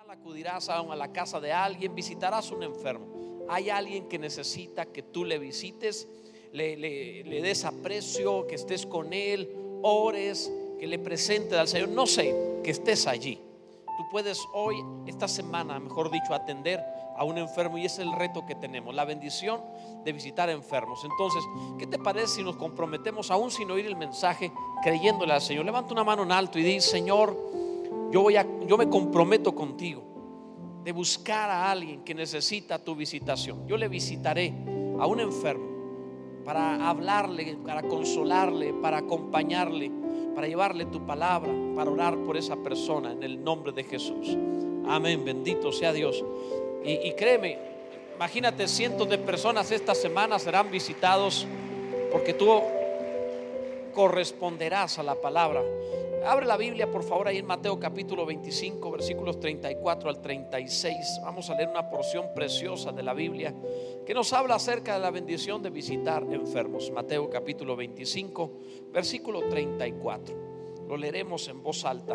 acudirás a la casa de alguien, visitarás a un enfermo. Hay alguien que necesita que tú le visites, le des aprecio, que estés con él, ores, que le presentes al Señor. No sé, que estés allí. Tú puedes hoy, esta semana, mejor dicho, atender a un enfermo, y es el reto que tenemos, la bendición de visitar enfermos. Entonces, ¿qué te parece si nos comprometemos, aún sin oír el mensaje, creyéndole al Señor? Levanta una mano en alto y di: Señor, yo me comprometo contigo de buscar a alguien que necesita tu visitación. Yo le visitaré a un enfermo para hablarle, para consolarle, para acompañarle, para llevarle tu palabra, para orar por esa persona en el nombre de Jesús. Amén, bendito sea Dios. Y créeme, imagínate, cientos de personas esta semana serán visitados porque tú corresponderás a la palabra. Abre la Biblia, por favor, ahí en Mateo capítulo 25, versículos 34 al 36. Vamos a leer una porción preciosa de la Biblia que nos habla acerca de la bendición de visitar enfermos. Mateo capítulo 25, versículo 34. Lo leeremos en voz alta.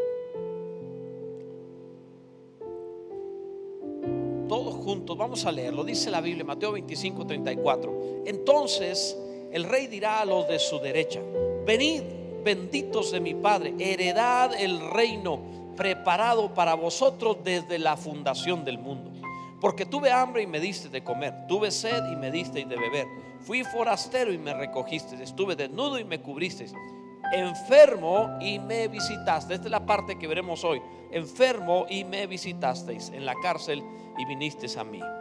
Todos juntos vamos a leerlo. Dice la Biblia, Mateo 25, 34. Entonces el rey dirá a los de su derecha: venid, benditos de mi Padre, heredad el reino preparado para vosotros desde la fundación del mundo. Porque tuve hambre y me diste de comer, tuve sed y me disteis de beber, fui forastero y me recogisteis, estuve desnudo y me cubristeis, enfermo y me visitaste. Esta es la parte que veremos hoy. Enfermo y me visitasteis, en la cárcel y vinisteis a mí.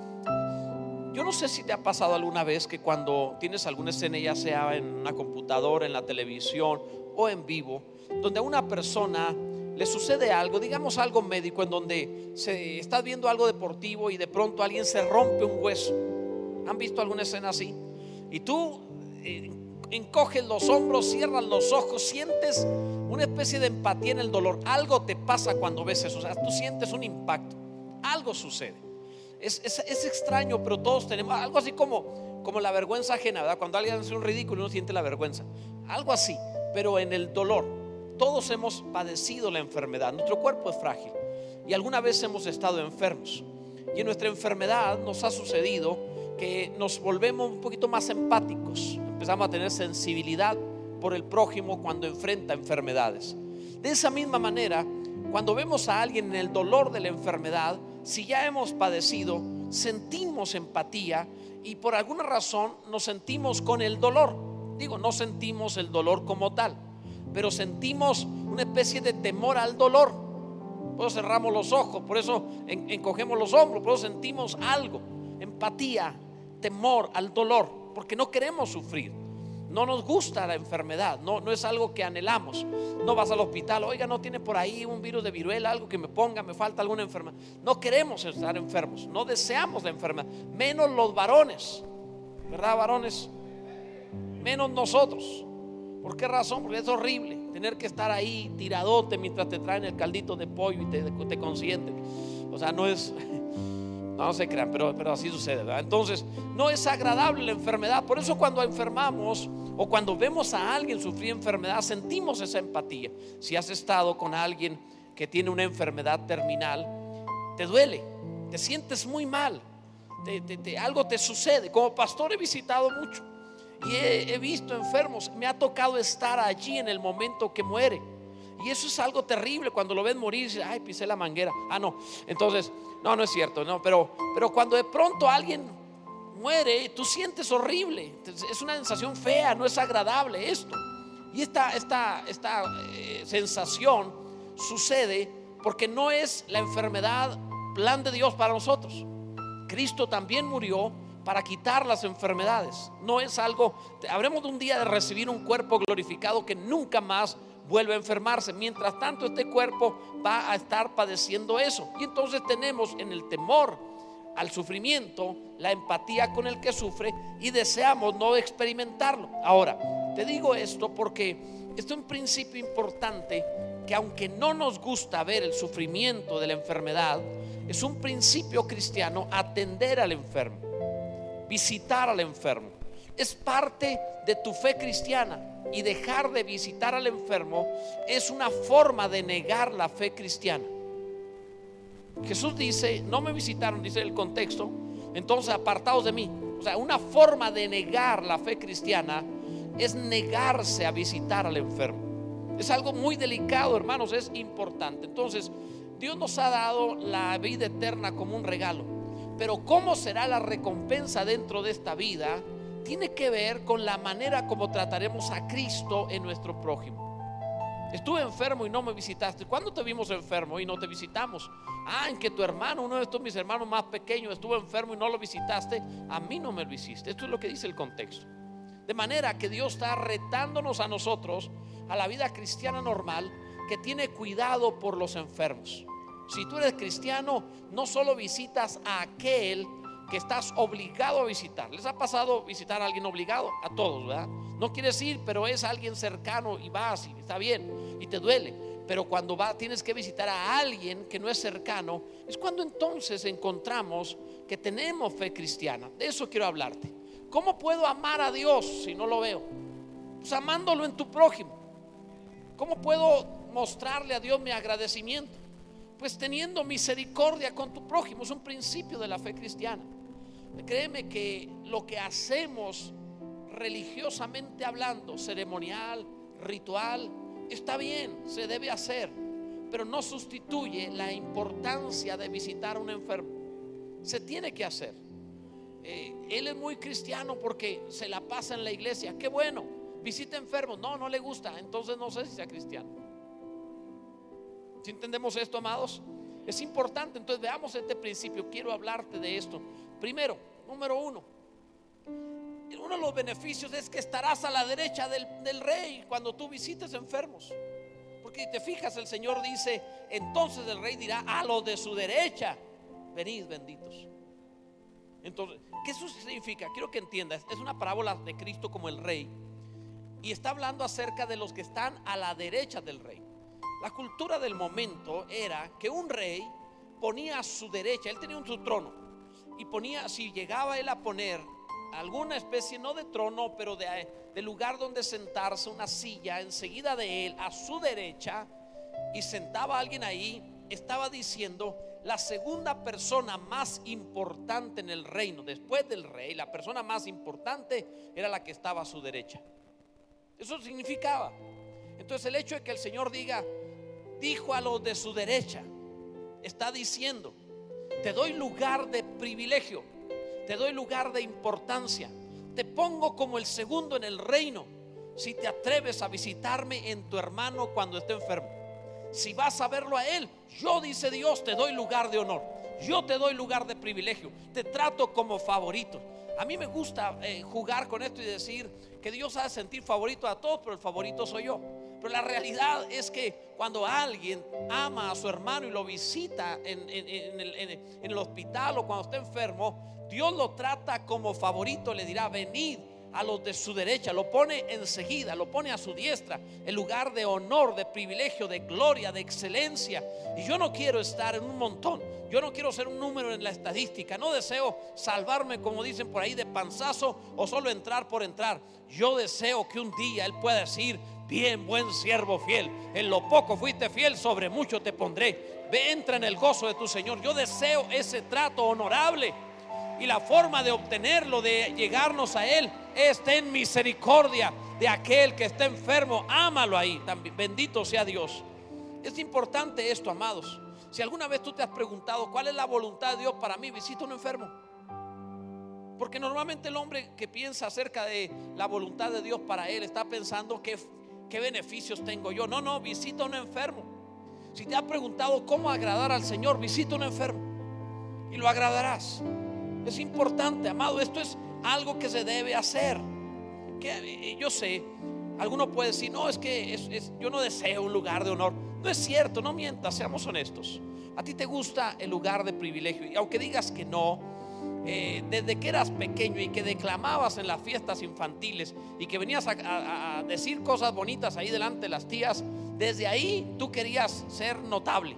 Yo no sé si te ha pasado alguna vez que cuando tienes alguna escena, ya sea en una computadora, en la televisión o en vivo, donde a una persona le sucede algo, digamos algo médico, en donde se está viendo algo deportivo y de pronto alguien se rompe un hueso. ¿Han visto alguna escena así? Y tú encoges los hombros, cierras los ojos, sientes una especie de empatía en el dolor. Algo te pasa cuando ves eso, o sea, tú sientes un impacto, algo sucede. Es extraño, pero todos tenemos algo así como la vergüenza ajena, ¿verdad? Cuando alguien hace un ridículo, uno siente la vergüenza, algo así, pero en el dolor. Todos hemos padecido la enfermedad, nuestro cuerpo es frágil y alguna vez hemos estado enfermos, y en nuestra enfermedad nos ha sucedido que nos volvemos un poquito más empáticos, empezamos a tener sensibilidad por el prójimo cuando enfrenta enfermedades. De esa misma manera, cuando vemos a alguien en el dolor de la enfermedad, si ya hemos padecido, sentimos empatía y por alguna razón nos sentimos con el dolor. Digo, no sentimos el dolor como tal, pero sentimos una especie de temor al dolor. Por eso cerramos los ojos, por eso encogemos los hombros, por eso sentimos algo, empatía, temor al dolor, porque no queremos sufrir. No nos gusta la enfermedad, no es algo que anhelamos. No vas al hospital, oiga, no tiene por ahí un virus de viruela, algo que me ponga, me falta alguna enfermedad. No queremos estar enfermos, no deseamos la enfermedad, menos los varones, ¿verdad, varones? Menos nosotros. ¿Por qué razón? Porque es horrible tener que estar ahí tiradote mientras te traen el caldito de pollo y te consienten. O sea, no se crean, pero así sucede, ¿verdad? Entonces no es agradable la enfermedad. Por eso cuando enfermamos o cuando vemos a alguien sufrir enfermedad, sentimos esa empatía. Si has estado con alguien que tiene una enfermedad terminal, te duele, te sientes muy mal, algo te sucede. Como pastor he visitado mucho y he visto enfermos, me ha tocado estar allí en el momento que muere. Y eso es algo terrible. Cuando lo ves morir, dices: ay, pisé la manguera. No, entonces no es cierto, no, pero cuando de pronto alguien muere, tú sientes horrible. Es una sensación fea, no es agradable esto. Y esta sensación sucede porque no es la enfermedad plan de Dios para nosotros. Cristo también murió para quitar las enfermedades. No es algo, habremos de un día de recibir un cuerpo glorificado que nunca más vuelve a enfermarse. Mientras tanto, este cuerpo va a estar padeciendo eso. Y entonces tenemos en el temor al sufrimiento la empatía con el que sufre y deseamos no experimentarlo. Ahora, te digo esto porque esto es un principio importante, que aunque no nos gusta ver el sufrimiento de la enfermedad, es un principio cristiano atender al enfermo, visitar al enfermo. Es parte de tu fe cristiana. Y dejar de visitar al enfermo es una forma de negar la fe cristiana. Jesús dice, no me visitaron, dice el contexto, entonces apartados de mí. O sea, una forma de negar la fe cristiana es negarse a visitar al enfermo. Es algo muy delicado, hermanos, es importante. Entonces, Dios nos ha dado la vida eterna como un regalo, pero cómo será la recompensa dentro de esta vida tiene que ver con la manera como trataremos a Cristo en nuestro prójimo. Estuve enfermo y no me visitaste. ¿Cuándo te vimos enfermo y no te visitamos? En que tu hermano, uno de estos mis hermanos más pequeños, estuvo enfermo y no lo visitaste. A mí no me lo hiciste. Esto es lo que dice el contexto. De manera que Dios está retándonos a nosotros, a la vida cristiana normal, que tiene cuidado por los enfermos. Si tú eres cristiano, no solo visitas a aquel que estás obligado a visitar. ¿Les ha pasado visitar a alguien obligado? A todos, ¿verdad? No quieres ir, pero es alguien cercano y vas y está bien y te duele. Pero cuando tienes que visitar a alguien que no es cercano, es cuando entonces encontramos que tenemos fe cristiana. De eso quiero hablarte. ¿Cómo puedo amar a Dios si no lo veo? Pues amándolo en tu prójimo. ¿Cómo puedo mostrarle a Dios mi agradecimiento? Pues teniendo misericordia con tu prójimo. Es un principio de la fe cristiana. Créeme que lo que hacemos religiosamente hablando, ceremonial, ritual, está bien, se debe hacer, pero no sustituye la importancia de visitar a un enfermo. Se tiene que hacer. Él es muy cristiano porque se la pasa en la iglesia. Qué bueno, visita enfermos. No le gusta, entonces no sé si sea cristiano. ¿Sí entendemos esto, amados? Es importante. Entonces veamos este principio. Quiero hablarte de esto. Primero, número uno de los beneficios es que estarás a la derecha del rey cuando tú visites enfermos. Porque si te fijas, el Señor dice, entonces el rey dirá a los de su derecha, venid benditos. Entonces, ¿qué eso significa? Quiero que entiendas. Es una parábola de Cristo como el rey, y está hablando acerca de los que están a la derecha del rey. La cultura del momento era que un rey ponía a su derecha, él tenía su trono, y ponía, si llegaba él a poner alguna especie, no de trono, pero de lugar donde sentarse, una silla enseguida de él, a su derecha, y sentaba a alguien ahí, estaba diciendo: la segunda persona más importante en el reino, después del rey, la persona más importante era la que estaba a su derecha. Eso significaba. Entonces el hecho de que el Señor dijo a los de su derecha, está diciendo: te doy lugar de privilegio, te doy lugar de importancia, te pongo como el segundo en el reino si te atreves a visitarme en tu hermano cuando esté enfermo. Si vas a verlo a él, yo, dice Dios, te doy lugar de honor, yo te doy lugar de privilegio, te trato como favorito. A mí me gusta jugar con esto y decir que Dios hace sentir favorito a todos, pero el favorito soy yo. Pero la realidad es que cuando alguien ama a su hermano y lo visita en el hospital o cuando está enfermo, Dios lo trata como favorito, le dirá: venid a los de su derecha. Lo pone enseguida, lo pone a su diestra, el lugar de honor, de privilegio, de gloria, de excelencia. Y yo no quiero estar en un montón, yo no quiero ser un número en la estadística, no deseo salvarme, como dicen por ahí, de panzazo o solo entrar por entrar. Yo deseo que un día Él pueda decir: bien, buen siervo fiel, en lo poco fuiste fiel, sobre mucho te pondré, entra en el gozo de tu Señor. Yo deseo ese trato honorable, y la forma de obtenerlo, de llegarnos a Él, es ten misericordia de aquel que está enfermo, ámalo ahí también. Bendito sea Dios. Es importante esto, amados. Si alguna vez tú te has preguntado cuál es la voluntad de Dios para mí, visita a un enfermo. Porque normalmente el hombre que piensa acerca de la voluntad de Dios para él está pensando qué beneficios tengo yo. No, visita a un enfermo. Si te has preguntado cómo agradar al Señor, visita a un enfermo y lo agradarás. Es importante, amado. Esto es algo que se debe hacer. Que yo sé, alguno puede decir: no, es que yo no deseo un lugar de honor. No es cierto, no mientas, seamos honestos. A ti te gusta el lugar de privilegio, y aunque digas que no, desde que eras pequeño y que declamabas en las fiestas infantiles y que venías a decir cosas bonitas ahí delante de las tías, desde ahí tú querías ser notable.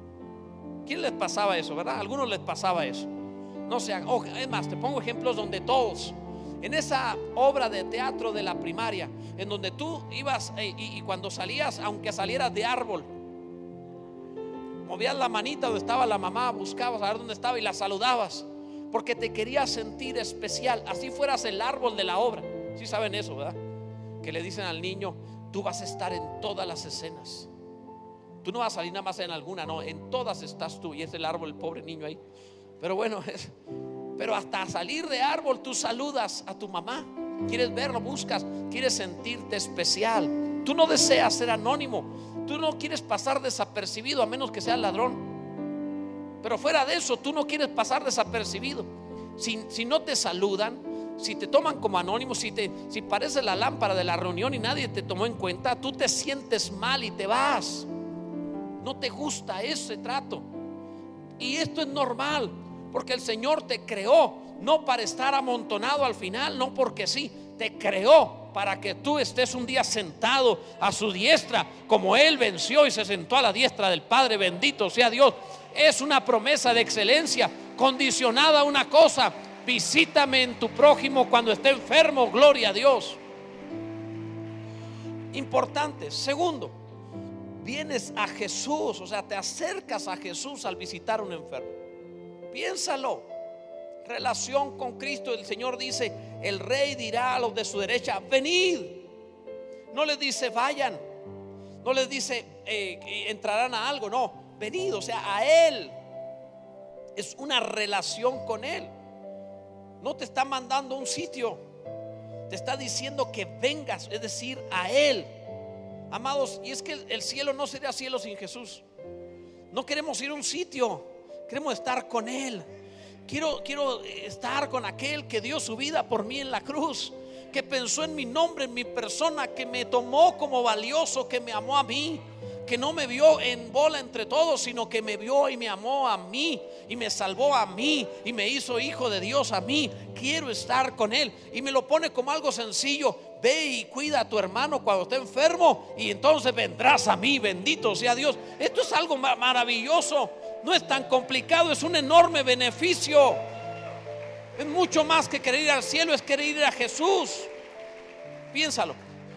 ¿Quién les pasaba eso, verdad? A algunos les pasaba eso. No sé, es más, te pongo ejemplos donde todos, en esa obra de teatro de la primaria, en donde tú ibas y cuando salías, aunque salieras de árbol movías la manita donde estaba la mamá, buscabas a ver dónde estaba y la saludabas, porque te querías sentir especial, así fueras el árbol de la obra. Sí saben eso, ¿verdad? Que le dicen al niño: tú vas a estar en todas las escenas, tú no vas a salir nada más en alguna, no, en todas estás tú. Y es el árbol, el pobre niño ahí. Pero bueno, pero hasta salir de árbol tú saludas a tu mamá, quieres verlo, buscas, quieres sentirte especial. Tú no deseas ser anónimo, tú no quieres pasar desapercibido, a menos que seas ladrón. Pero fuera de eso, tú no quieres pasar desapercibido. Si no te saludan, si te toman como anónimo, si parece la lámpara de la reunión y nadie te tomó en cuenta, tú te sientes mal y te vas. No te gusta ese trato. Y esto es normal, porque el Señor te creó no para estar amontonado al final, no porque sí. Te creó para que tú estés un día sentado a su diestra, como Él venció y se sentó a la diestra del Padre. Bendito sea Dios. Es una promesa de excelencia condicionada a una cosa: visítame en tu prójimo cuando esté enfermo. Gloria a Dios. Importante. Segundo, vienes a Jesús, o sea, te acercas a Jesús al visitar a un enfermo. Piénsalo. Relación con Cristo. El Señor dice: el Rey dirá a los de su derecha: venid. No les dice vayan, no les dice entrarán a algo, no, venid, o sea, a Él. Es una relación con Él. No te está mandando a un sitio, te está diciendo que vengas, es decir, a Él. Amados, y es que el cielo no sería cielo sin Jesús. No queremos ir a un sitio, queremos estar con Él. Quiero estar con aquel que dio su vida por mí en la cruz, que pensó en mi nombre, en mi persona, que me tomó como valioso, que me amó a mí, que no me vio en bola entre todos, sino que me vio y me amó a mí, y me salvó a mí, y me hizo hijo de Dios a mí. Quiero estar con Él, y me lo pone como algo sencillo: ve y cuida a tu hermano cuando esté enfermo, y entonces vendrás a mí. Bendito sea Dios. Esto es algo maravilloso. No es tan complicado, es un enorme beneficio. Es mucho más que querer ir al cielo, es querer ir a Jesús. Piénsalo.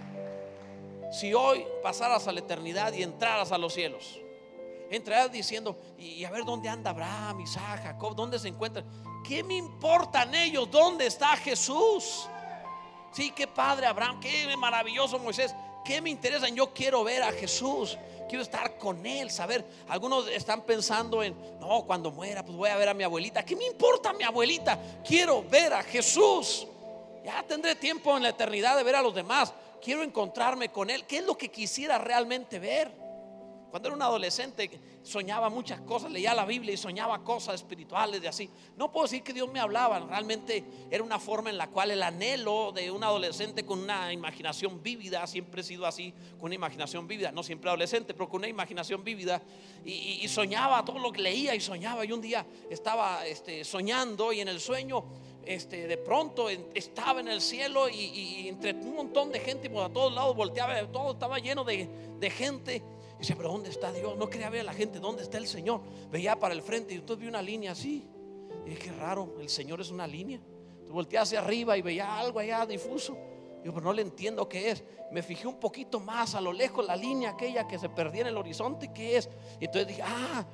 Si hoy pasaras a la eternidad y entraras a los cielos, entrarás diciendo: y a ver dónde anda Abraham, Isaac, Jacob, dónde se encuentran. ¿Qué me importan ellos? ¿Dónde está Jesús? Sí, qué padre Abraham, qué maravilloso Moisés. ¿Qué me interesan? Yo quiero ver a Jesús, quiero estar con Él, saber. Algunos están pensando en: no, cuando muera pues voy a ver a mi abuelita. ¿Qué me importa mi abuelita? Quiero ver a Jesús. Ya tendré tiempo en la eternidad de ver a los demás. Quiero encontrarme con Él. ¿Qué es lo que quisiera realmente ver? Cuando era un adolescente soñaba muchas cosas, leía la Biblia y soñaba cosas espirituales de así. No puedo decir que Dios me hablaba, realmente era una forma en la cual el anhelo de un adolescente con una imaginación vívida, siempre he sido así, con una imaginación vívida, no siempre adolescente, pero con una imaginación vívida, y soñaba todo lo que leía y soñaba. Y un día estaba soñando, y en el sueño de pronto estaba en el cielo, y entre un montón de gente por a todos lados volteaba, todo estaba lleno de gente. Y dice: pero ¿dónde está Dios? No quería ver a la gente, ¿dónde está el Señor? Veía para el frente y entonces vi una línea así. Y dije: qué raro, el Señor es una línea. Entonces volteé hacia arriba y veía algo allá difuso. Yo, pero no le entiendo qué es. Me fijé un poquito más a lo lejos, la línea aquella que se perdía en el horizonte, ¿qué es? Y entonces dije: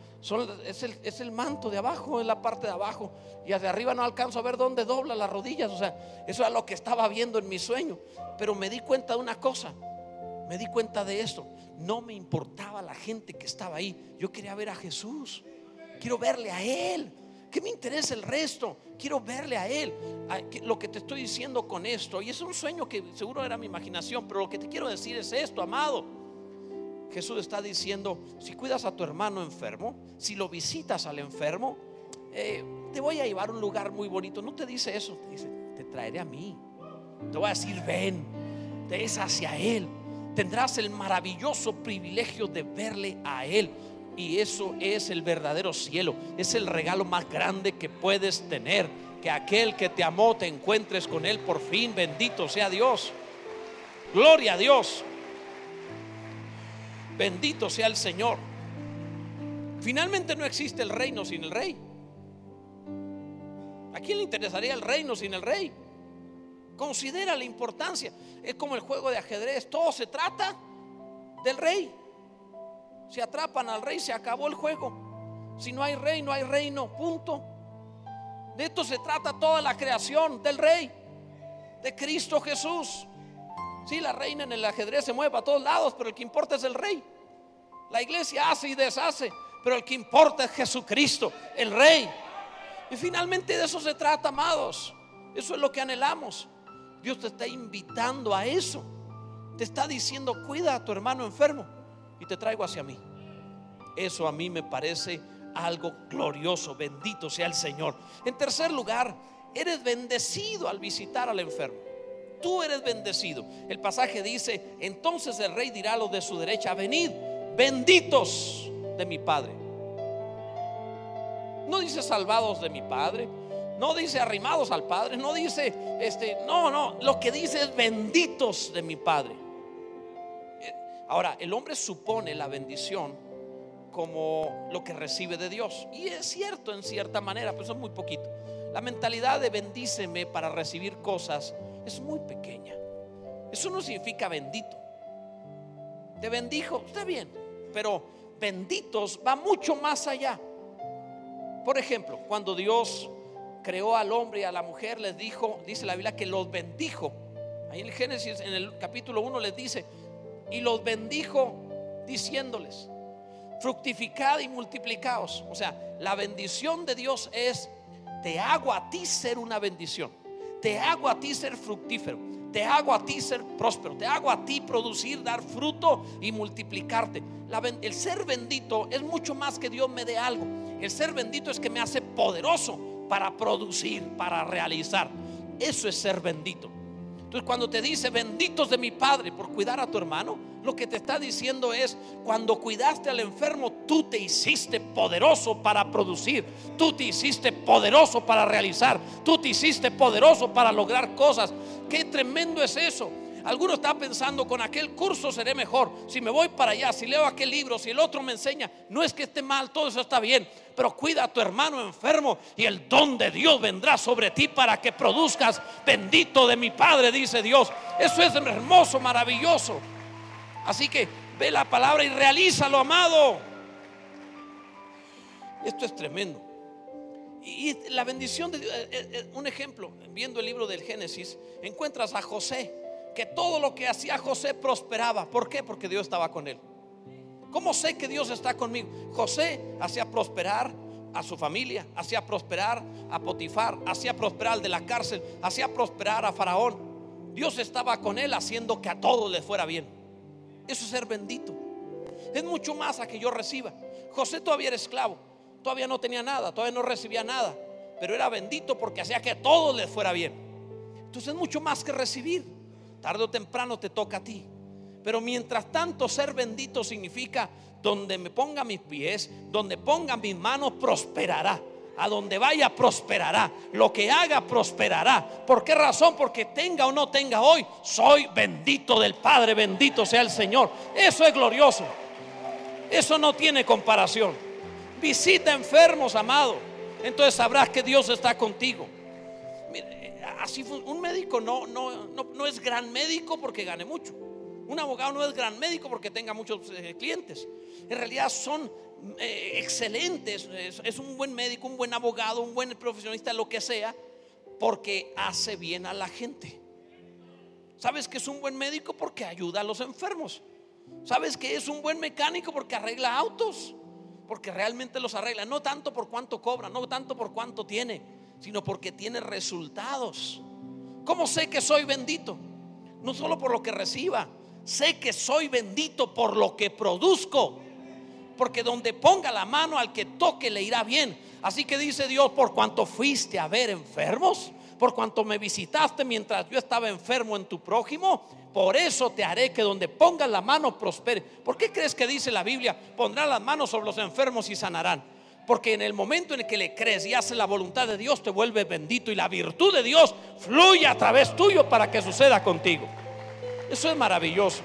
es el manto de abajo, es la parte de abajo. Y hacia arriba no alcanzo a ver dónde dobla las rodillas. O sea, eso era lo que estaba viendo en mi sueño. Pero me di cuenta de una cosa. Me di cuenta de esto: no me importaba la gente que estaba ahí. Yo quería ver a Jesús. Quiero verle a Él. ¿Qué me interesa el resto? Quiero verle a Él. Lo que te estoy diciendo con esto, y es un sueño que seguro era mi imaginación, pero lo que te quiero decir es esto, amado. Jesús está diciendo: si cuidas a tu hermano enfermo, si lo visitas al enfermo, te voy a llevar a un lugar muy bonito. No te dice eso, te dice: te traeré a mí. Te voy a decir: ven. Te es hacia Él. Tendrás el maravilloso privilegio de verle a Él. Y eso es el verdadero cielo. Es el regalo más grande que puedes tener, que aquel que te amó te encuentres con Él por fin. Bendito sea Dios. Gloria a Dios. Bendito sea el Señor. Finalmente no existe el reino sin el rey. ¿A quién le interesaría el reino sin el rey? Considera la importancia. Es como el juego de ajedrez. Todo se trata del rey. Si atrapan al rey, se acabó el juego. Si no hay rey, no hay reino, punto. De esto se trata toda la creación, del rey, de Cristo Jesús. Sí, la reina en el ajedrez se mueve a todos lados, pero el que importa es el rey. La iglesia hace y deshace, pero el que importa es Jesucristo, el rey. Y finalmente de eso se trata, amados. Eso es lo que anhelamos. Dios te está invitando a eso. Te está diciendo: cuida a tu hermano enfermo y te traigo hacia mí. Eso a mí me parece algo glorioso. Bendito sea el Señor. En tercer lugar, eres bendecido al visitar al enfermo. Tú eres bendecido. El pasaje dice: entonces el rey dirá a los de su derecha: venid, benditos de mi Padre. No dice salvados de mi Padre, no dice arrimados al Padre, no dice no, lo que dice es benditos de mi Padre. Ahora, el hombre supone la bendición como lo que recibe de Dios, y es cierto en cierta manera, pero eso es muy poquito. La mentalidad de bendíceme para recibir cosas es muy pequeña. Eso no significa bendito. Te bendijo, está bien, pero benditos va mucho más allá. Por ejemplo, cuando Dios creó al hombre y a la mujer, les dijo, dice la Biblia, que los bendijo. Ahí en el Génesis, en el capítulo 1 les dice: y los bendijo diciéndoles: fructificad y multiplicaos. O sea, la bendición de Dios es: te hago a ti ser una bendición, te hago a ti ser fructífero, te hago a ti ser próspero, te hago a ti producir, dar fruto y multiplicarte. El ser bendito es mucho más que Dios me dé algo. El ser bendito es que me hace poderoso para producir, para realizar. Eso es ser bendito. Entonces, cuando te dice benditos de mi Padre por cuidar a tu hermano, lo que te está diciendo es: cuando cuidaste al enfermo, tú te hiciste poderoso para producir, tú te hiciste poderoso para realizar, tú te hiciste poderoso para lograr cosas. Qué tremendo es eso. Alguno está pensando: con aquel curso seré mejor, si me voy para allá, si leo aquel libro, si el otro me enseña. No es que esté mal, todo eso está bien, pero cuida a tu hermano enfermo y el don de Dios vendrá sobre ti para que produzcas. Bendito de mi Padre, dice Dios. Eso es hermoso, maravilloso. Así que ve la palabra y realízalo, amado. Esto es tremendo. Y la bendición de Dios, un ejemplo, viendo el libro del Génesis, encuentras a José, que todo lo que hacía José prosperaba. ¿Por qué? Porque Dios estaba con él. ¿Cómo sé que Dios está conmigo? José hacía prosperar a su familia, hacía prosperar a Potifar, hacía prosperar al de la cárcel, hacía prosperar a Faraón. Dios estaba con él haciendo que a todos les fuera bien. Eso es ser bendito. Es mucho más a que yo reciba. José todavía era esclavo, todavía no tenía nada, todavía no recibía nada, pero era bendito porque hacía que a todos les fuera bien. Entonces es mucho más que recibir. Tarde o temprano te toca a ti. Pero mientras tanto, ser bendito significa: donde me ponga mis pies, donde ponga mis manos, prosperará. A donde vaya, prosperará. Lo que haga, prosperará. ¿Por qué razón? Porque tenga o no tenga hoy, soy bendito del Padre. Bendito sea el Señor. Eso es glorioso. Eso no tiene comparación. Visita enfermos, amado. Entonces sabrás que Dios está contigo. Así un médico no es gran médico porque gane mucho. Un abogado no es gran médico porque tenga muchos clientes. En realidad son excelentes. Es un buen médico, un buen abogado, un buen profesionista, lo que sea, porque hace bien a la gente. ¿Sabes que es un buen médico? Porque ayuda a los enfermos. ¿Sabes que es un buen mecánico? Porque arregla autos, porque realmente los arregla. No tanto por cuánto cobra, no tanto por cuánto tiene, sino porque tiene resultados. ¿Cómo sé que soy bendito? No solo por lo que reciba, sé que soy bendito por lo que produzco. Porque donde ponga la mano al que toque le irá bien. Así que dice Dios: por cuanto fuiste a ver enfermos, por cuanto me visitaste mientras yo estaba enfermo en tu prójimo, por eso te haré que donde pongas la mano prospere. ¿Por qué crees que dice la Biblia: pondrán las manos sobre los enfermos y sanarán? Porque en el momento en el que le crees y haces la voluntad de Dios, te vuelves bendito y la virtud de Dios fluye a través tuyo para que suceda contigo. Eso es maravilloso.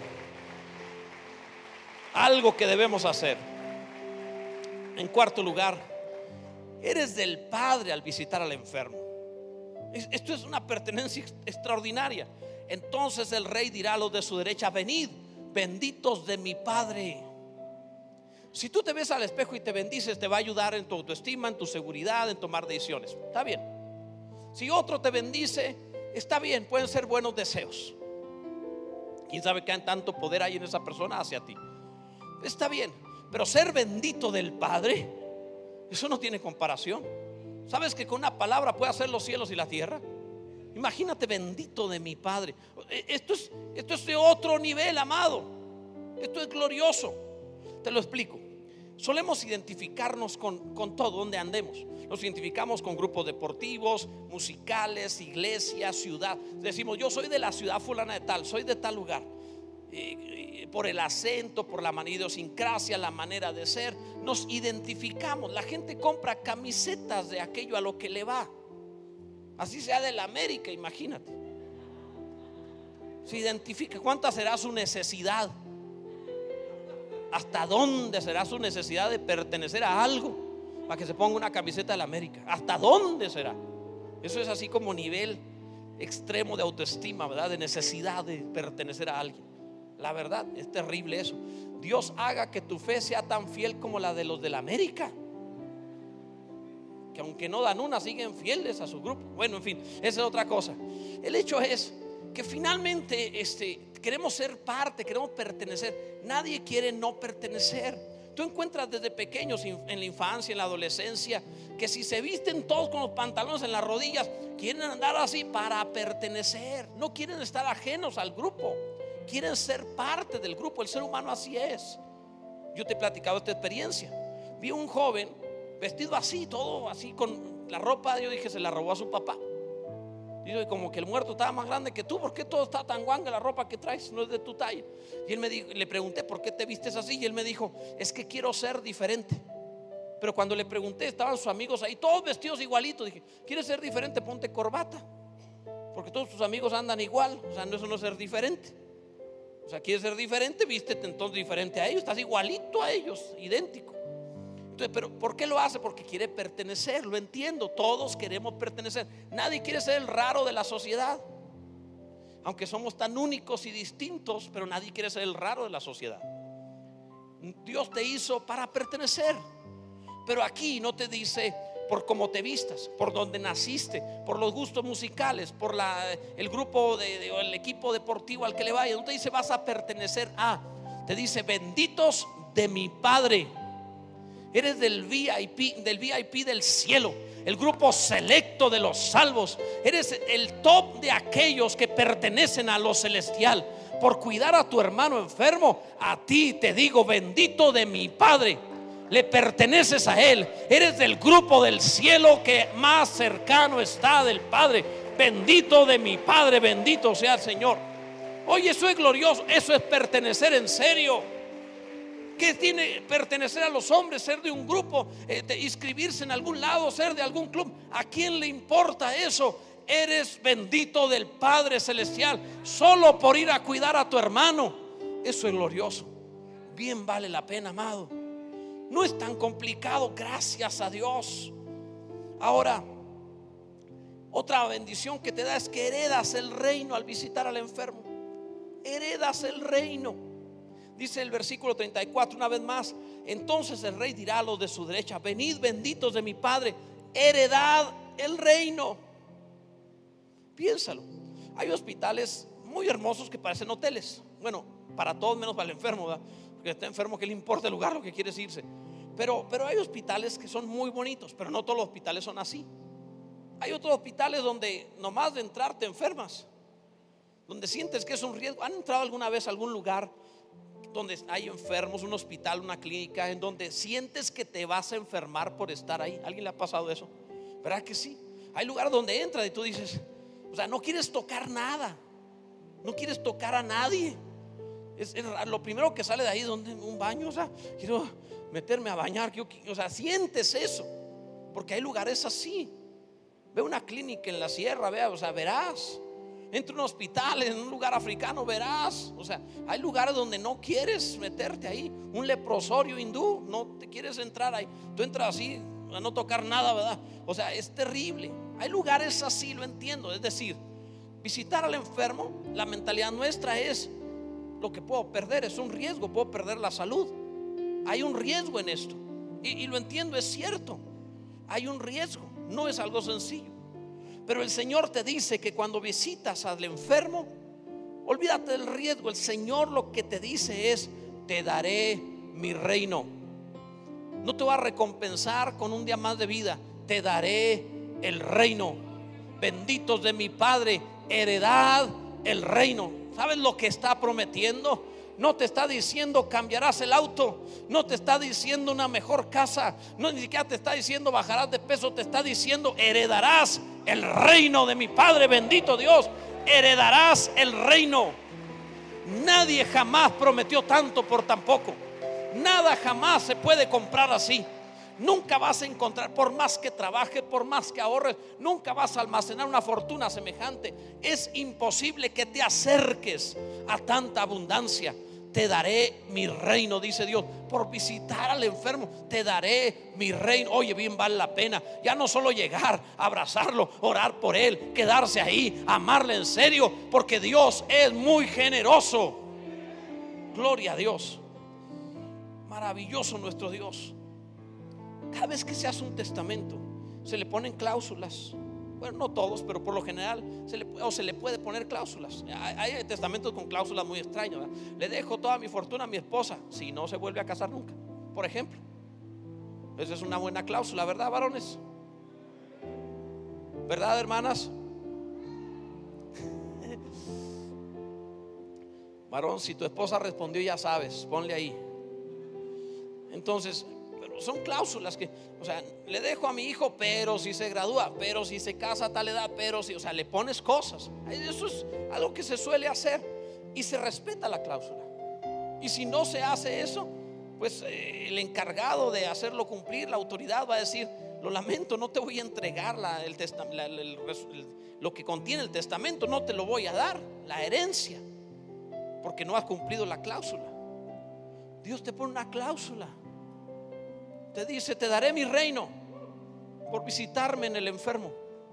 Algo que debemos hacer. En cuarto lugar, eres del Padre al visitar al enfermo. Esto es una pertenencia extraordinaria. Entonces el rey dirá a los de su derecha: venid, benditos de mi Padre. Si tú te ves al espejo y te bendices, te va a ayudar en tu autoestima, en tu seguridad, en tomar decisiones. Está bien. Si otro te bendice, está bien, pueden ser buenos deseos. Quién sabe qué tanto poder hay en esa persona hacia ti. Está bien, pero ser bendito del Padre, eso no tiene comparación. ¿Sabes que con una palabra puede hacer los cielos y la tierra? Imagínate, bendito de mi Padre. Esto es de otro nivel, amado. Esto es glorioso. Te lo explico. Solemos identificarnos con todo donde andemos. Nos identificamos con grupos deportivos, musicales, iglesias, ciudad. Decimos, yo soy de la ciudad fulana de tal, soy de tal lugar. Por el acento, por la idiosincrasia, la manera de ser, nos identificamos. La gente compra camisetas de aquello a lo que le va. Así sea de la América, imagínate. Se identifica. ¿Cuánta será su necesidad? ¿Hasta dónde será su necesidad de pertenecer a algo para que se ponga una camiseta de la América? ¿Hasta dónde será? Eso es así como nivel extremo de autoestima, ¿verdad? De necesidad de pertenecer a alguien. La verdad, es terrible eso. Dios haga que tu fe sea tan fiel como la de los de la América, que aunque no dan una, siguen fieles a su grupo. Bueno, en fin, esa es otra cosa. El hecho es que finalmente queremos ser parte, queremos pertenecer. Nadie quiere no pertenecer. Tú encuentras desde pequeños, en la infancia, en la adolescencia, que si se visten todos con los pantalones en las rodillas, quieren andar así para pertenecer. No quieren estar ajenos al grupo, quieren ser parte del grupo. El ser humano así es. Yo te he platicado esta experiencia. Vi un joven vestido así, todo así, con la ropa, yo dije, se la robó a su papá. Y como que el muerto estaba más grande que tú. ¿Por qué todo está tan guanga? La ropa que traes no es de tu talla. Y él me dijo, le pregunté, ¿por qué te vistes así? Y él me dijo, es que quiero ser diferente. Pero cuando le pregunté, estaban sus amigos ahí, todos vestidos igualitos. Dije, ¿quieres ser diferente? Ponte corbata, porque todos tus amigos andan igual. O sea, eso no es ser diferente. O sea, ¿quieres ser diferente? Vístete entonces diferente a ellos. Estás igualito a ellos, idéntico. Entonces, pero ¿por qué lo hace? Porque quiere pertenecer. Lo entiendo, todos queremos pertenecer. Nadie quiere ser el raro de la sociedad, aunque somos tan únicos y distintos, pero nadie quiere ser el raro de la sociedad. Dios te hizo para pertenecer, pero aquí no te dice por cómo te vistas, por donde naciste, por los gustos musicales, por el grupo o el equipo deportivo al que le vayas. No te dice vas a pertenecer a, te dice benditos de mi Padre. Eres del VIP del cielo, el grupo selecto de los salvos. Eres el top de aquellos que pertenecen a lo celestial. Por cuidar a tu hermano enfermo, a ti te digo, bendito de mi Padre. Le perteneces a Él. Eres del grupo del cielo que más cercano está del Padre. Bendito de mi Padre, bendito sea el Señor. Oye, eso es glorioso. Eso es pertenecer en serio. ¿Qué tiene pertenecer a los hombres? Ser de un grupo, inscribirse en algún lado, ser de algún club. ¿A quién le importa eso? Eres bendito del Padre Celestial solo por ir a cuidar a tu hermano. Eso es glorioso. Bien vale la pena, amado. No es tan complicado, gracias a Dios. Ahora, otra bendición que te da es que heredas el reino al visitar al enfermo. Heredas el reino. Dice el versículo 34 una vez más: entonces el rey dirá a los de su derecha, venid benditos de mi Padre, heredad el reino. Piénsalo. Hay hospitales muy hermosos que parecen hoteles. Bueno, para todos menos para el enfermo, ¿verdad? Porque está enfermo, que le importa el lugar, lo que quiere es irse. Pero hay hospitales que son muy bonitos, pero no todos los hospitales son así. Hay otros hospitales donde nomás de entrar te enfermas, donde sientes que es un riesgo. ¿Han entrado alguna vez a algún lugar donde hay enfermos, un hospital, una clínica, en donde sientes que te vas a enfermar por estar ahí? ¿Alguien le ha pasado eso? ¿Verdad que sí? Hay lugares donde entras y tú dices, o sea, no quieres tocar nada, no quieres tocar a nadie. Es lo primero que sale de ahí, donde un baño, o sea, quiero meterme a bañar, o sea, sientes eso, porque hay lugares así. Ve una clínica en la sierra, o sea, verás. Entra a un hospital en un lugar africano, verás. O sea, hay lugares donde no quieres meterte ahí. Un leprosorio hindú, no te quieres entrar ahí. Tú entras así a no tocar nada, ¿verdad? O sea, es terrible. Hay lugares así, lo entiendo. Es decir, visitar al enfermo, la mentalidad nuestra es: lo que puedo perder es un riesgo, puedo perder la salud. Hay un riesgo en esto. Y lo entiendo, es cierto. Hay un riesgo, no es algo sencillo. Pero el Señor te dice que cuando visitas al enfermo, olvídate del riesgo. El Señor lo que te dice es: te daré mi reino. No te va a recompensar con un día más de vida. Te daré el reino. Benditos de mi Padre, heredad el reino. ¿Sabes lo que está prometiendo? No te está diciendo cambiarás el auto, no te está diciendo una mejor casa, no, ni siquiera te está diciendo bajarás de peso. Te está diciendo: heredarás el reino de mi Padre. Bendito Dios, heredarás el reino. Nadie jamás prometió tanto por tan poco. Nada jamás se puede comprar así. Nunca vas a encontrar, por más que trabajes, por más que ahorres, nunca vas a almacenar una fortuna semejante. Es imposible que te acerques a tanta abundancia. Te daré mi reino, dice Dios. Por visitar al enfermo, te daré mi reino. Oye, bien vale la pena. Ya no solo llegar, abrazarlo, orar por él, quedarse ahí, amarle en serio, porque Dios es muy generoso. Gloria a Dios. Maravilloso nuestro Dios. Cada vez que se hace un testamento, se le ponen cláusulas. Bueno, no todos, pero por lo general se le puede poner cláusulas. Hay testamentos con cláusulas muy extrañas, ¿verdad? Le dejo toda mi fortuna a mi esposa si no se vuelve a casar nunca, por ejemplo. Esa es una buena cláusula, ¿verdad, varones? ¿Verdad, hermanas? Varón, si tu esposa respondió, ya sabes, ponle ahí. Entonces, son cláusulas que, o sea, le dejo a mi hijo, pero si se gradúa, pero si se casa a tal edad, pero si, o sea, le pones cosas. Eso es algo que se suele hacer y se respeta la cláusula. Y si no se hace eso, pues el encargado de hacerlo cumplir, la autoridad, va a decir: lo lamento, no te voy a entregar lo que contiene el testamento, no te lo voy a dar, la herencia, porque no has cumplido la cláusula. Dios te pone una cláusula. Te dice: te daré mi reino por visitarme en el enfermo.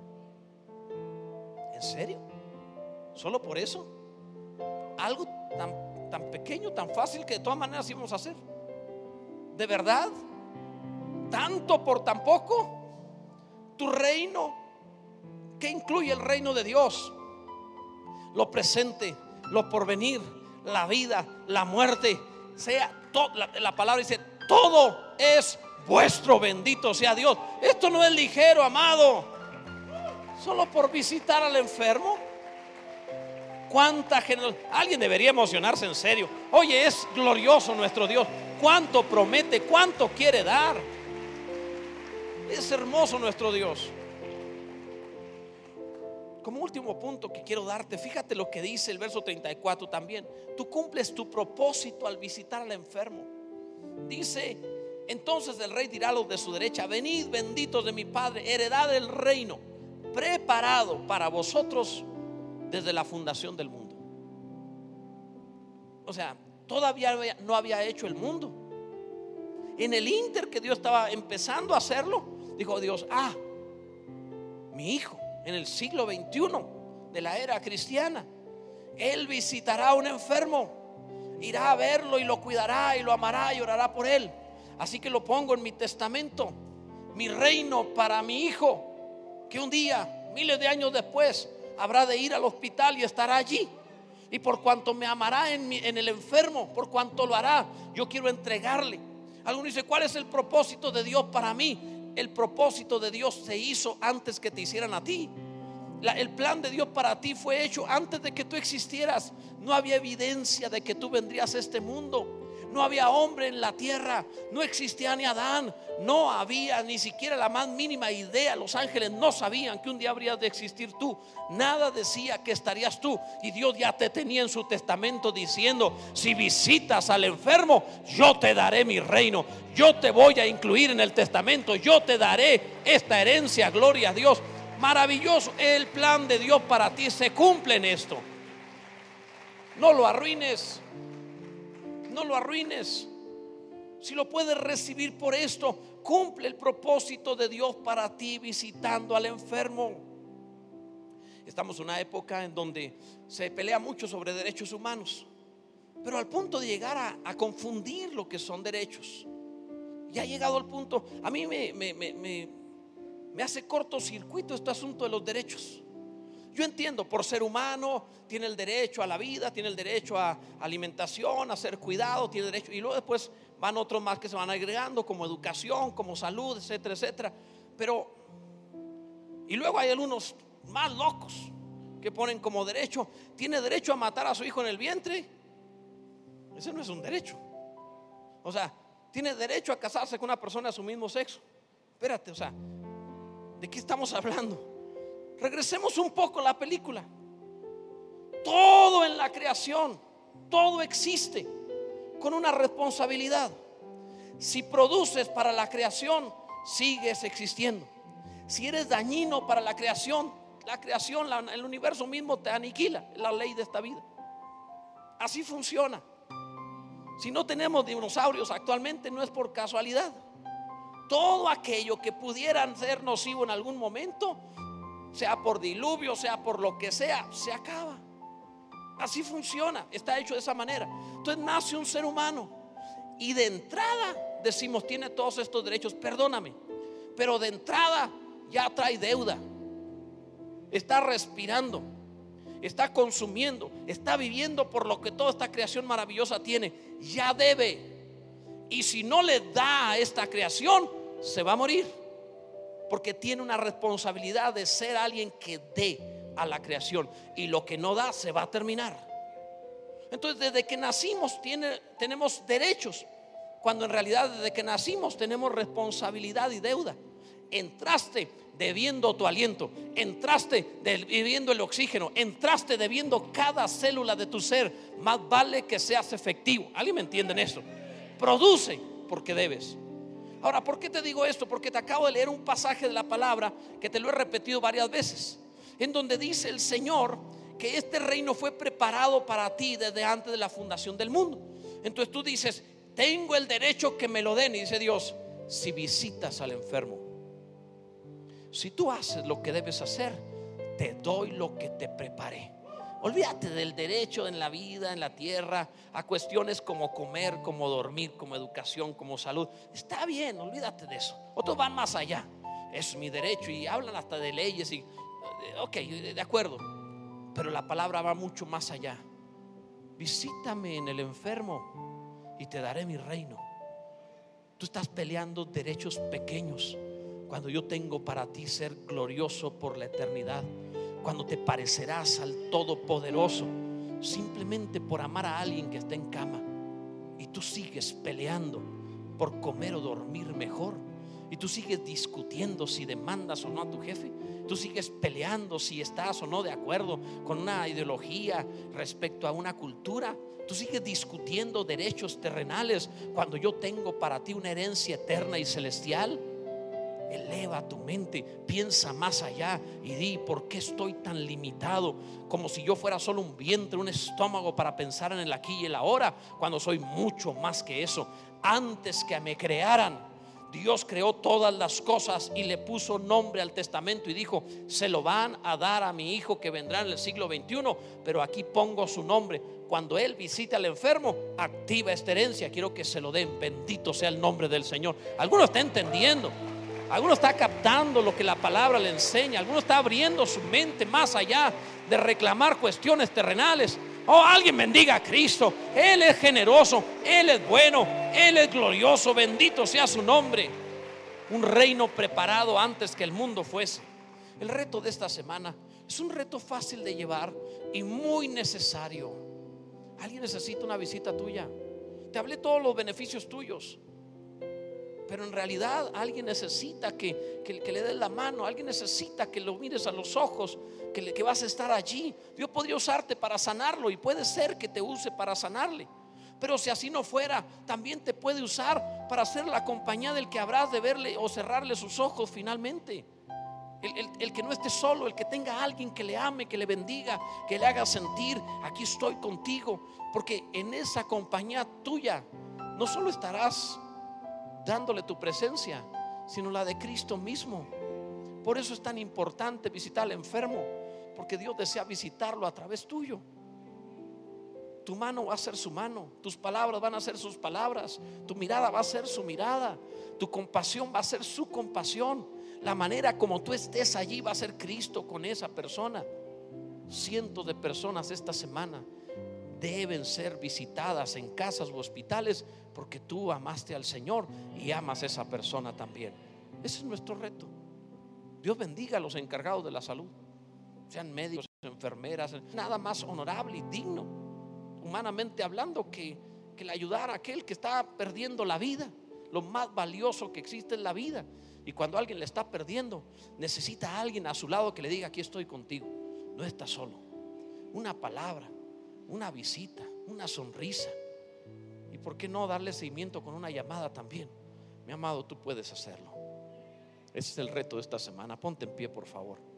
¿En serio? ¿Solo por eso? Algo tan pequeño, tan fácil, que de todas maneras íbamos a hacer. ¿De verdad? ¿Tanto por tan poco? Tu reino, ¿qué incluye el reino de Dios? Lo presente, lo porvenir, la vida, la muerte. La palabra dice: todo es vuestro. Bendito sea Dios. Esto no es ligero, amado. Solo por visitar al enfermo. Cuánta generosidad. Alguien debería emocionarse en serio. Oye, es glorioso nuestro Dios. Cuánto promete, cuánto quiere dar. Es hermoso nuestro Dios. Como último punto que quiero darte, fíjate lo que dice el verso 34 también. Tú cumples tu propósito al visitar al enfermo. Dice: entonces el rey dirá a los de su derecha: venid, benditos de mi Padre, heredad del reino preparado para vosotros desde la fundación del mundo. O sea, todavía no había hecho el mundo. En el ínter que Dios estaba empezando a hacerlo, dijo Dios: mi hijo, en el siglo XXI de la era cristiana, él visitará a un enfermo, irá a verlo y lo cuidará y lo amará y orará por él. Así que lo pongo en mi testamento, mi reino para mi hijo, que un día, miles de años después, habrá de ir al hospital y estará allí. Y por cuanto me amará en el enfermo, por cuanto lo hará, yo quiero entregarle. Alguno dice: ¿cuál es el propósito de Dios para mí? El propósito de Dios se hizo antes que te hicieran a ti. El plan de Dios para ti fue hecho antes de que tú existieras. No había evidencia de que tú vendrías a este mundo. No había hombre en la tierra. No existía ni Adán. No había ni siquiera la más mínima idea. Los ángeles no sabían que un día habrías de existir tú. Nada decía que estarías tú. Y Dios ya te tenía en su testamento diciendo: si visitas al enfermo, yo te daré mi reino. Yo te voy a incluir en el testamento. Yo te daré esta herencia. Gloria a Dios. Maravilloso. El plan de Dios para ti se cumple en esto. No lo arruines. No lo arruines. Si lo puedes recibir por esto, cumple el propósito de Dios para ti visitando al enfermo. Estamos en una época en donde se pelea mucho sobre derechos humanos. pero al punto de llegar a confundir lo que son derechos. Ya ha llegado al punto, a mí me hace cortocircuito este asunto de los derechos. Yo entiendo, por ser humano tiene el derecho a la vida, tiene el derecho a alimentación, a ser cuidado, tiene derecho, y luego después van otros más que se van agregando, como educación, como salud, etcétera, etcétera. Pero, y luego hay algunos más locos que ponen como derecho, tiene derecho a matar a su hijo en el vientre. Ese no es un derecho. O sea, tiene derecho a casarse con una persona de su mismo sexo. Espérate, o sea, ¿de qué estamos hablando? Regresemos un poco a la película. Todo en la creación, todo existe con una responsabilidad. Si produces para la creación, sigues existiendo. Si eres dañino para la creación, el universo mismo te aniquila. Es la ley de esta vida. Así funciona. Si no tenemos dinosaurios actualmente, no es por casualidad. Todo aquello que pudieran ser nocivo en algún momento, sea por diluvio, sea por lo que sea, se acaba. Así funciona, está hecho de esa manera. Entonces nace un ser humano y de entrada decimos, tiene todos estos derechos, perdóname, pero de entrada ya trae deuda. Está respirando, está consumiendo, está viviendo por lo que toda esta creación maravillosa tiene. Ya debe. Y si no le da a esta creación, se va a morir, porque tiene una responsabilidad de ser alguien que dé a la creación, y lo que no da se va a terminar. Entonces desde que nacimos tenemos derechos, cuando en realidad desde que nacimos tenemos responsabilidad y deuda. Entraste debiendo tu aliento, entraste debiendo el oxígeno, entraste debiendo cada célula de tu ser. Más vale que seas efectivo. ¿Alguien me entiende en esto? Produce porque debes. Ahora, ¿por qué te digo esto? Porque te acabo de leer un pasaje de la palabra que te lo he repetido varias veces, en donde dice el Señor que este reino fue preparado para ti desde antes de la fundación del mundo. Entonces tú dices, tengo el derecho que me lo den, y dice Dios, si visitas al enfermo, si tú haces lo que debes hacer, te doy lo que te preparé. Olvídate del derecho en la vida, en la tierra, a cuestiones como comer, como dormir, como educación, como salud. Está bien, olvídate de eso. Otros van más allá. Es mi derecho y hablan hasta de leyes y, ok, de acuerdo, pero la palabra va mucho más allá. Visítame en el enfermo y te daré mi reino. Tú estás peleando derechos pequeños cuando yo tengo para ti ser glorioso por la eternidad, cuando te parecerás al Todopoderoso simplemente por amar a alguien que está en cama, y tú sigues peleando por comer o dormir mejor, y tú sigues discutiendo si demandas o no a tu jefe, tú sigues peleando si estás o no de acuerdo con una ideología respecto a una cultura, tú sigues discutiendo derechos terrenales cuando yo tengo para ti una herencia eterna y celestial. Eleva tu mente, piensa más allá y di, ¿por qué estoy tan limitado? Como si yo fuera solo un vientre, un estómago para pensar en el aquí y el ahora, cuando soy mucho más que eso. Antes que me crearan, Dios creó todas las cosas y le puso nombre al testamento y dijo, se lo van a dar a mi hijo que vendrá en el siglo XXI, pero aquí pongo su nombre. Cuando él visite al enfermo, activa esta herencia, quiero que se lo den. Bendito sea el nombre del Señor. Alguno está entendiendo, alguno está captando lo que la palabra le enseña, alguno está abriendo su mente más allá de reclamar cuestiones terrenales. Oh, alguien bendiga a Cristo. Él es generoso, Él es bueno, Él es glorioso, bendito sea su nombre. Un reino preparado antes que el mundo fuese. El reto de esta semana es un reto fácil de llevar y muy necesario. Alguien necesita una visita tuya. Te hablé todos los beneficios tuyos, pero en realidad alguien necesita que le des la mano. Alguien necesita que lo mires a los ojos, que vas a estar allí. Dios podría usarte para sanarlo, y puede ser que te use para sanarle, pero si así no fuera, también te puede usar para ser la compañía del que habrás de verle o cerrarle sus ojos finalmente. El que no esté solo, el que tenga a alguien que le ame, que le bendiga, que le haga sentir, aquí estoy contigo. Porque en esa compañía tuya no solo estarás dándole tu presencia, sino la de Cristo mismo. Por eso es tan importante visitar al enfermo, porque Dios desea visitarlo a través tuyo. Tu mano va a ser su mano, tus palabras van a ser sus palabras, tu mirada va a ser su mirada, tu compasión va a ser su compasión. La manera como tú estés allí va a ser Cristo con esa persona. Cientos de personas esta semana deben ser visitadas en casas u hospitales porque tú amaste al Señor y amas a esa persona también. Ese es nuestro reto. Dios bendiga a los encargados de la salud, sean médicos, enfermeras, nada más honorable y digno, humanamente hablando, que el ayudar a aquel que está perdiendo la vida. Lo más valioso que existe es la vida. Y cuando alguien le está perdiendo, necesita a alguien a su lado que le diga: aquí estoy contigo, no estás solo. Una palabra, una visita, una sonrisa. Y por qué no darle seguimiento con una llamada también. Mi amado, tú puedes hacerlo. Ese es el reto de esta semana. Ponte en pie, por favor.